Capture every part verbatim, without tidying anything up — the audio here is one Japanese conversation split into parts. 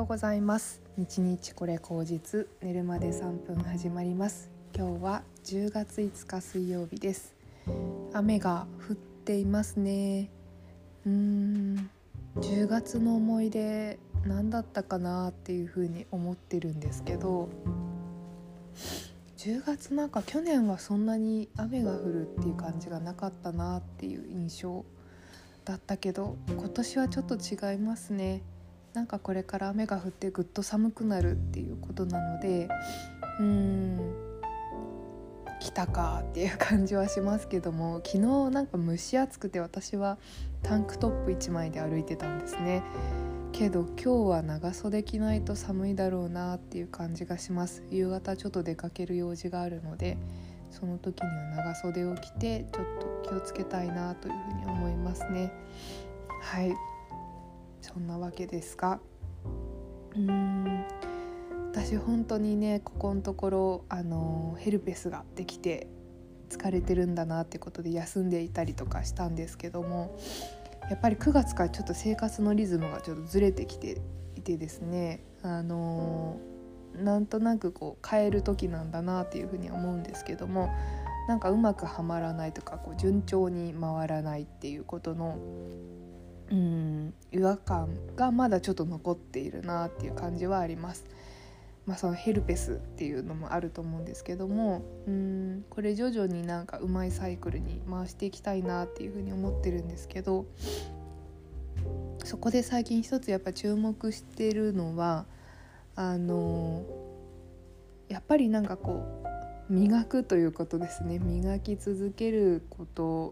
うございます。日日これ口実、寝るまでさんぷん始まります。今日はじゅうがついつか水曜日です。雨が降っていますね。うーんじゅうがつの思い出何だったかなっていうふうに思ってるんですけど、じゅうがつなんか去年はそんなに雨が降るっていう感じがなかったなっていう印象だったけど、今年はちょっと違いますね。なんかこれから雨が降ってぐっと寒くなるっていうことなので、うーん来たかっていう感じはしますけども、昨日なんか蒸し暑くて私はタンクトップいちまいで歩いてたんですね。けど今日は長袖着ないと寒いだろうなっていう感じがします。夕方ちょっと出かける用事があるので、その時には長袖を着てちょっと気をつけたいなというふうに思いますね。はい、そんなわけですが、うーん私本当にね、ここのところあのヘルペスができて疲れてるんだなってことで休んでいたりとかしたんですけども、やっぱりくがつからちょっと生活のリズムがちょっとずれてきていてですね、あのなんとなくこう変える時なんだなっていうふうに思うんですけども、なんかうまくはまらないとか、こう順調に回らないっていうことのうん違和感がまだちょっと残っているなっていう感じはあります。まあ、そのヘルペスっていうのもあると思うんですけども、うーんこれ徐々になんかうまいサイクルに回していきたいなっていうふうに思ってるんですけど、そこで最近一つやっぱ注目してるのは、あのやっぱりなんかこう磨くということですね。磨き続けること、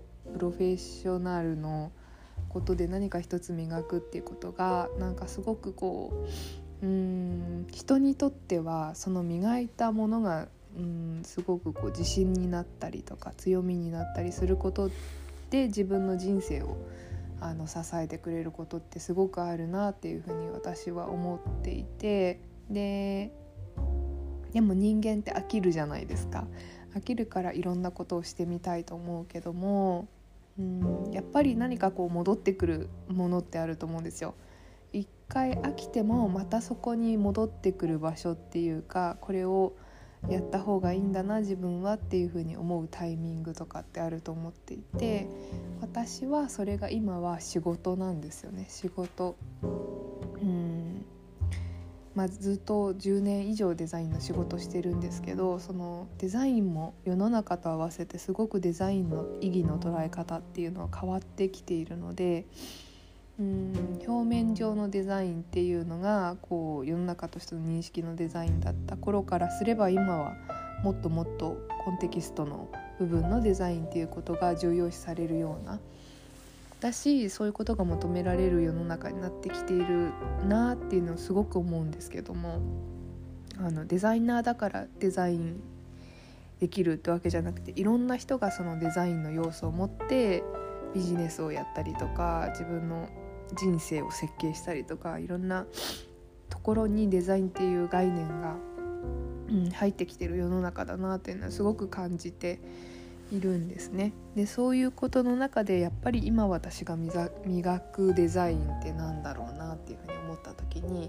プロフェッショナルのことで何か一つ磨くっていうことがなんかすごくこううーん人にとってはその磨いたものがうーんすごくこう自信になったりとか強みになったりすることで、自分の人生をあの支えてくれることってすごくあるなっていうふうに私は思っていて、ででも人間って飽きるじゃないですか。飽きるからいろんなことをしてみたいと思うけども、うんやっぱり何かこう戻ってくるものってあると思うんですよ。一回飽きてもまたそこに戻ってくる場所っていうか、これをやった方がいいんだな自分はっていう風に思うタイミングとかってあると思っていて、私はそれが今は仕事なんですよね。仕事うんまあ、ずっとじゅうねん以上デザインの仕事してるんですけど、そのデザインも世の中と合わせてすごくデザインの意義の捉え方っていうのは変わってきているので、うん表面上のデザインっていうのがこう世の中としての認識のデザインだった頃からすれば、今はもっともっとコンテキストの部分のデザインっていうことが重要視されるような、だしそういうことが求められる世の中になってきているなっていうのをすごく思うんですけども、あのデザイナーだからデザインできるってわけじゃなくて、いろんな人がそのデザインの要素を持ってビジネスをやったりとか、自分の人生を設計したりとか、いろんなところにデザインっていう概念が、うん、入ってきてる世の中だなっていうのはすごく感じているんですね。でそういうことの中でやっぱり今私が磨くデザインってなんだろうなっていうふうに思った時に、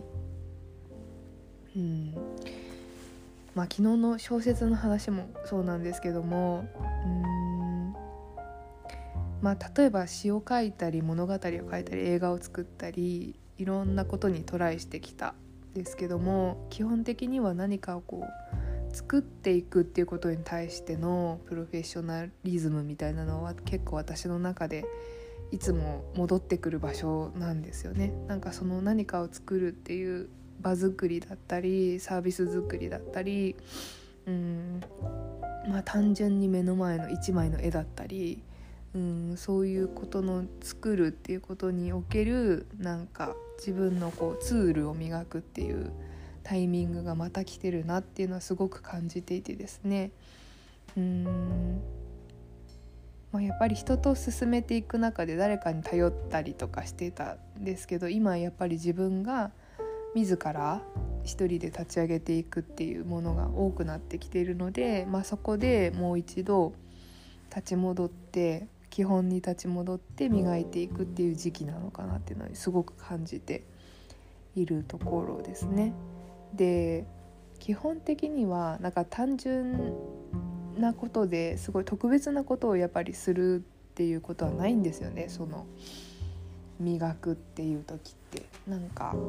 うんまあ昨日の小説の話もそうなんですけども、うんまあ例えば詩を書いたり物語を書いたり映画を作ったり、いろんなことにトライしてきたんですけども、基本的には何かをこう作っていくっていうことに対してのプロフェッショナリズムみたいなのは結構私の中でいつも戻ってくる場所なんですよね。なんかその何かを作るっていう場作りだったりサービス作りだったり、うんまあ単純に目の前の一枚の絵だったり、うんそういうことの作るっていうことにおけるなんか自分のこうツールを磨くっていうタイミングがまた来てるなっていうのはすごく感じていてですね、うーん、まあ、やっぱり人と進めていく中で誰かに頼ったりとかしていたんですけど、今やっぱり自分が自ら一人で立ち上げていくっていうものが多くなってきているので、まあ、そこでもう一度立ち戻って基本に立ち戻って磨いていくっていう時期なのかなっていうのをすごく感じているところですね。で基本的にはなんか単純なことですごい特別なことをやっぱりするっていうことはないんですよね。その磨くっていう時ってなんかうーん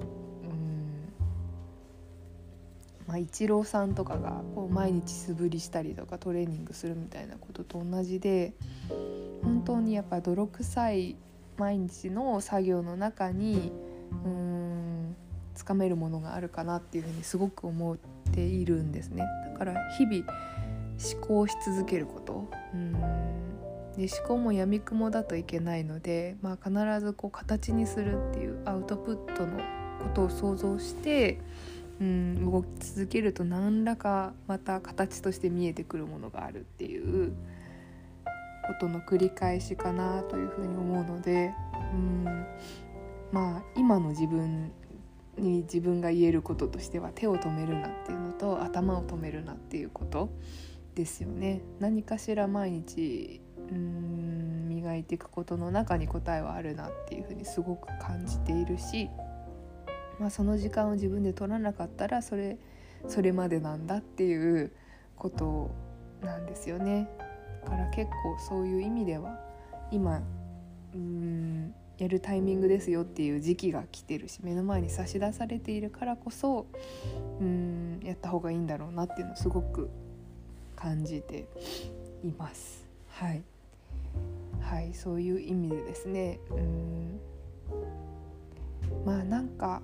まあイチローさんとかがこう毎日素振りしたりとかトレーニングするみたいなことと同じで、本当にやっぱ泥臭い毎日の作業の中にうーんつかめるものがあるかなっていうふうにすごく思っているんですね。だから日々思考し続けること、うーんで思考もやみくもだといけないので、まあ、必ずこう形にするっていうアウトプットのことを想像してうん動き続けると何らかまた形として見えてくるものがあるっていうことの繰り返しかなというふうに思うので、うんまあ今の自分に自分が言えることとしては手を止めるなっていうのと頭を止めるなっていうことですよね。何かしら毎日うーん磨いていくことの中に答えはあるなっていうふうにすごく感じているし、まあ、その時間を自分で取らなかったらそれそれまでなんだっていうことなんですよね。だから結構そういう意味では今うーんやるタイミングですよっていう時期が来てるし、目の前に差し出されているからこそうーんやった方がいいんだろうなっていうのをすごく感じています。はい、はい、そういう意味でですね、うーんまあなんか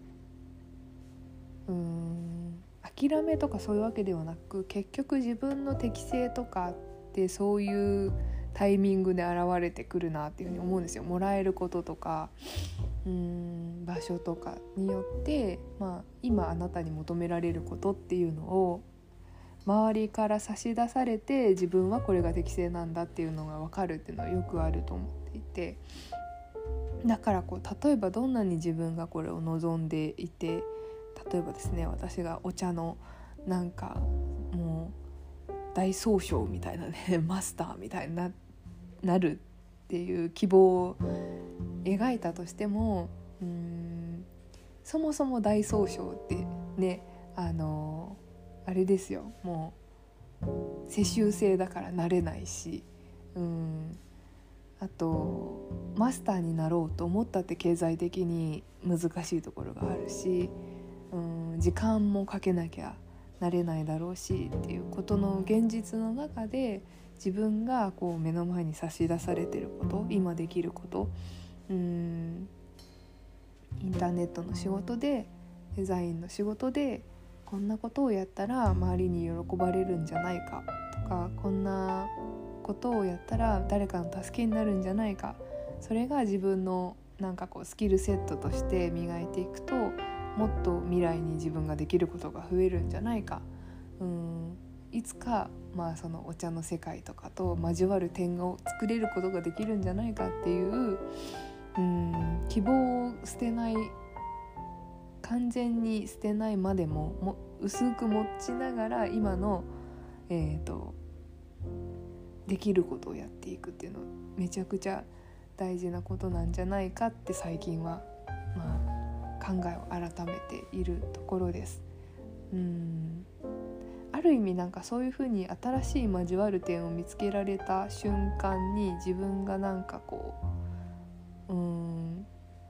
うーん諦めとかそういうわけではなく、結局自分の適性とかってそういうタイミングで現れてくるなっていうふうに思うんですよ。もらえることとかうーん場所とかによって、まあ、今あなたに求められることっていうのを周りから差し出されて、自分はこれが適正なんだっていうのが分かるっていうのはよくあると思っていて、だからこう例えばどんなに自分がこれを望んでいて、例えばですね私がお茶のなんかもう大総称みたいなねマスターみたいに な, なるっていう希望を描いたとしても、うーんそもそも大総称ってねあのあれですよ、もう世襲制だからなれないし、うんあとマスターになろうと思ったって経済的に難しいところがあるし、うん時間もかけなきゃなれないだろうしっていうことの現実の中で、自分がこう目の前に差し出されてること、今できること、うんインターネットの仕事でデザインの仕事でこんなことをやったら周りに喜ばれるんじゃないかとか、こんなことをやったら誰かの助けになるんじゃないか、それが自分のなんかこうスキルセットとして磨いていくと、もっと未来に自分ができることが増えるんじゃないか、うんいつかまあそのお茶の世界とかと交わる点を作れることができるんじゃないかっていううん希望を捨てない、完全に捨てないまでも、も薄く持ちながら今の、えーと、できることをやっていくっていうのめちゃくちゃ大事なことなんじゃないかって最近は、まあ、考えを改めているところです。うんある意味なんかそういうふうに新しい交わる点を見つけられた瞬間に、自分がなんかこううーん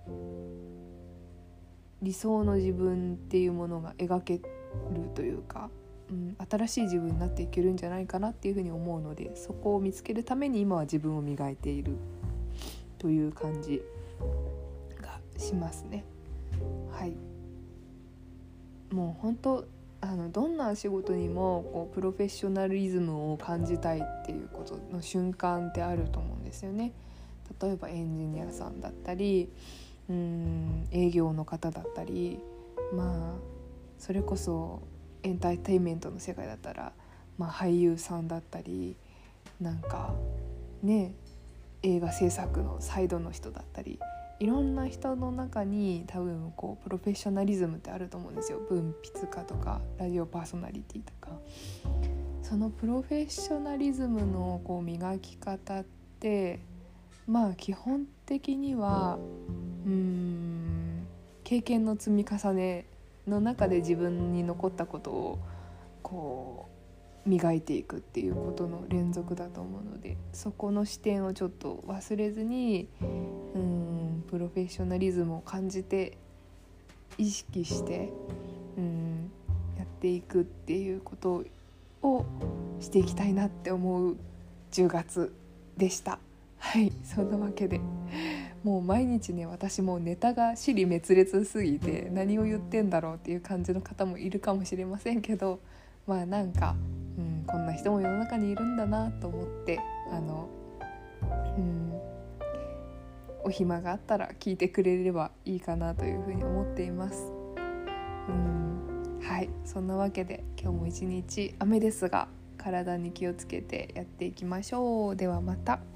理想の自分っていうものが描けるというか、うん、新しい自分になっていけるんじゃないかなっていうふうに思うので、そこを見つけるために今は自分を磨いているという感じがしますね。はい、もう本当あのどんな仕事にもこうプロフェッショナリズムを感じたいっていうことの瞬間ってあると思うんですよね。例えばエンジニアさんだったり、うーん営業の方だったり、まあそれこそエンターテインメントの世界だったら、まあ、俳優さんだったり、なんかね映画制作のサイドの人だったり、いろんな人の中に多分こうプロフェッショナリズムってあると思うんですよ。文筆家とかラジオパーソナリティとか、そのプロフェッショナリズムのこう磨き方ってまあ基本的にはうーん経験の積み重ねの中で自分に残ったことをこう磨いていくっていうことの連続だと思うので、そこの視点をちょっと忘れずに、うーんプロフェッショナリズムを感じて意識してうんやっていくっていうことをしていきたいなって思うじゅうがつでした。はい、そんなわけでもう毎日ね、私もネタが支離滅裂すぎて何を言ってんだろうっていう感じの方もいるかもしれませんけど、まあなんか、うん、こんな人も世の中にいるんだなと思って、あの、うん、お暇があったら聞いてくれればいいかなというふうに思っています。うん、はい、そんなわけで今日も一日雨ですが体に気をつけてやっていきましょう。ではまた。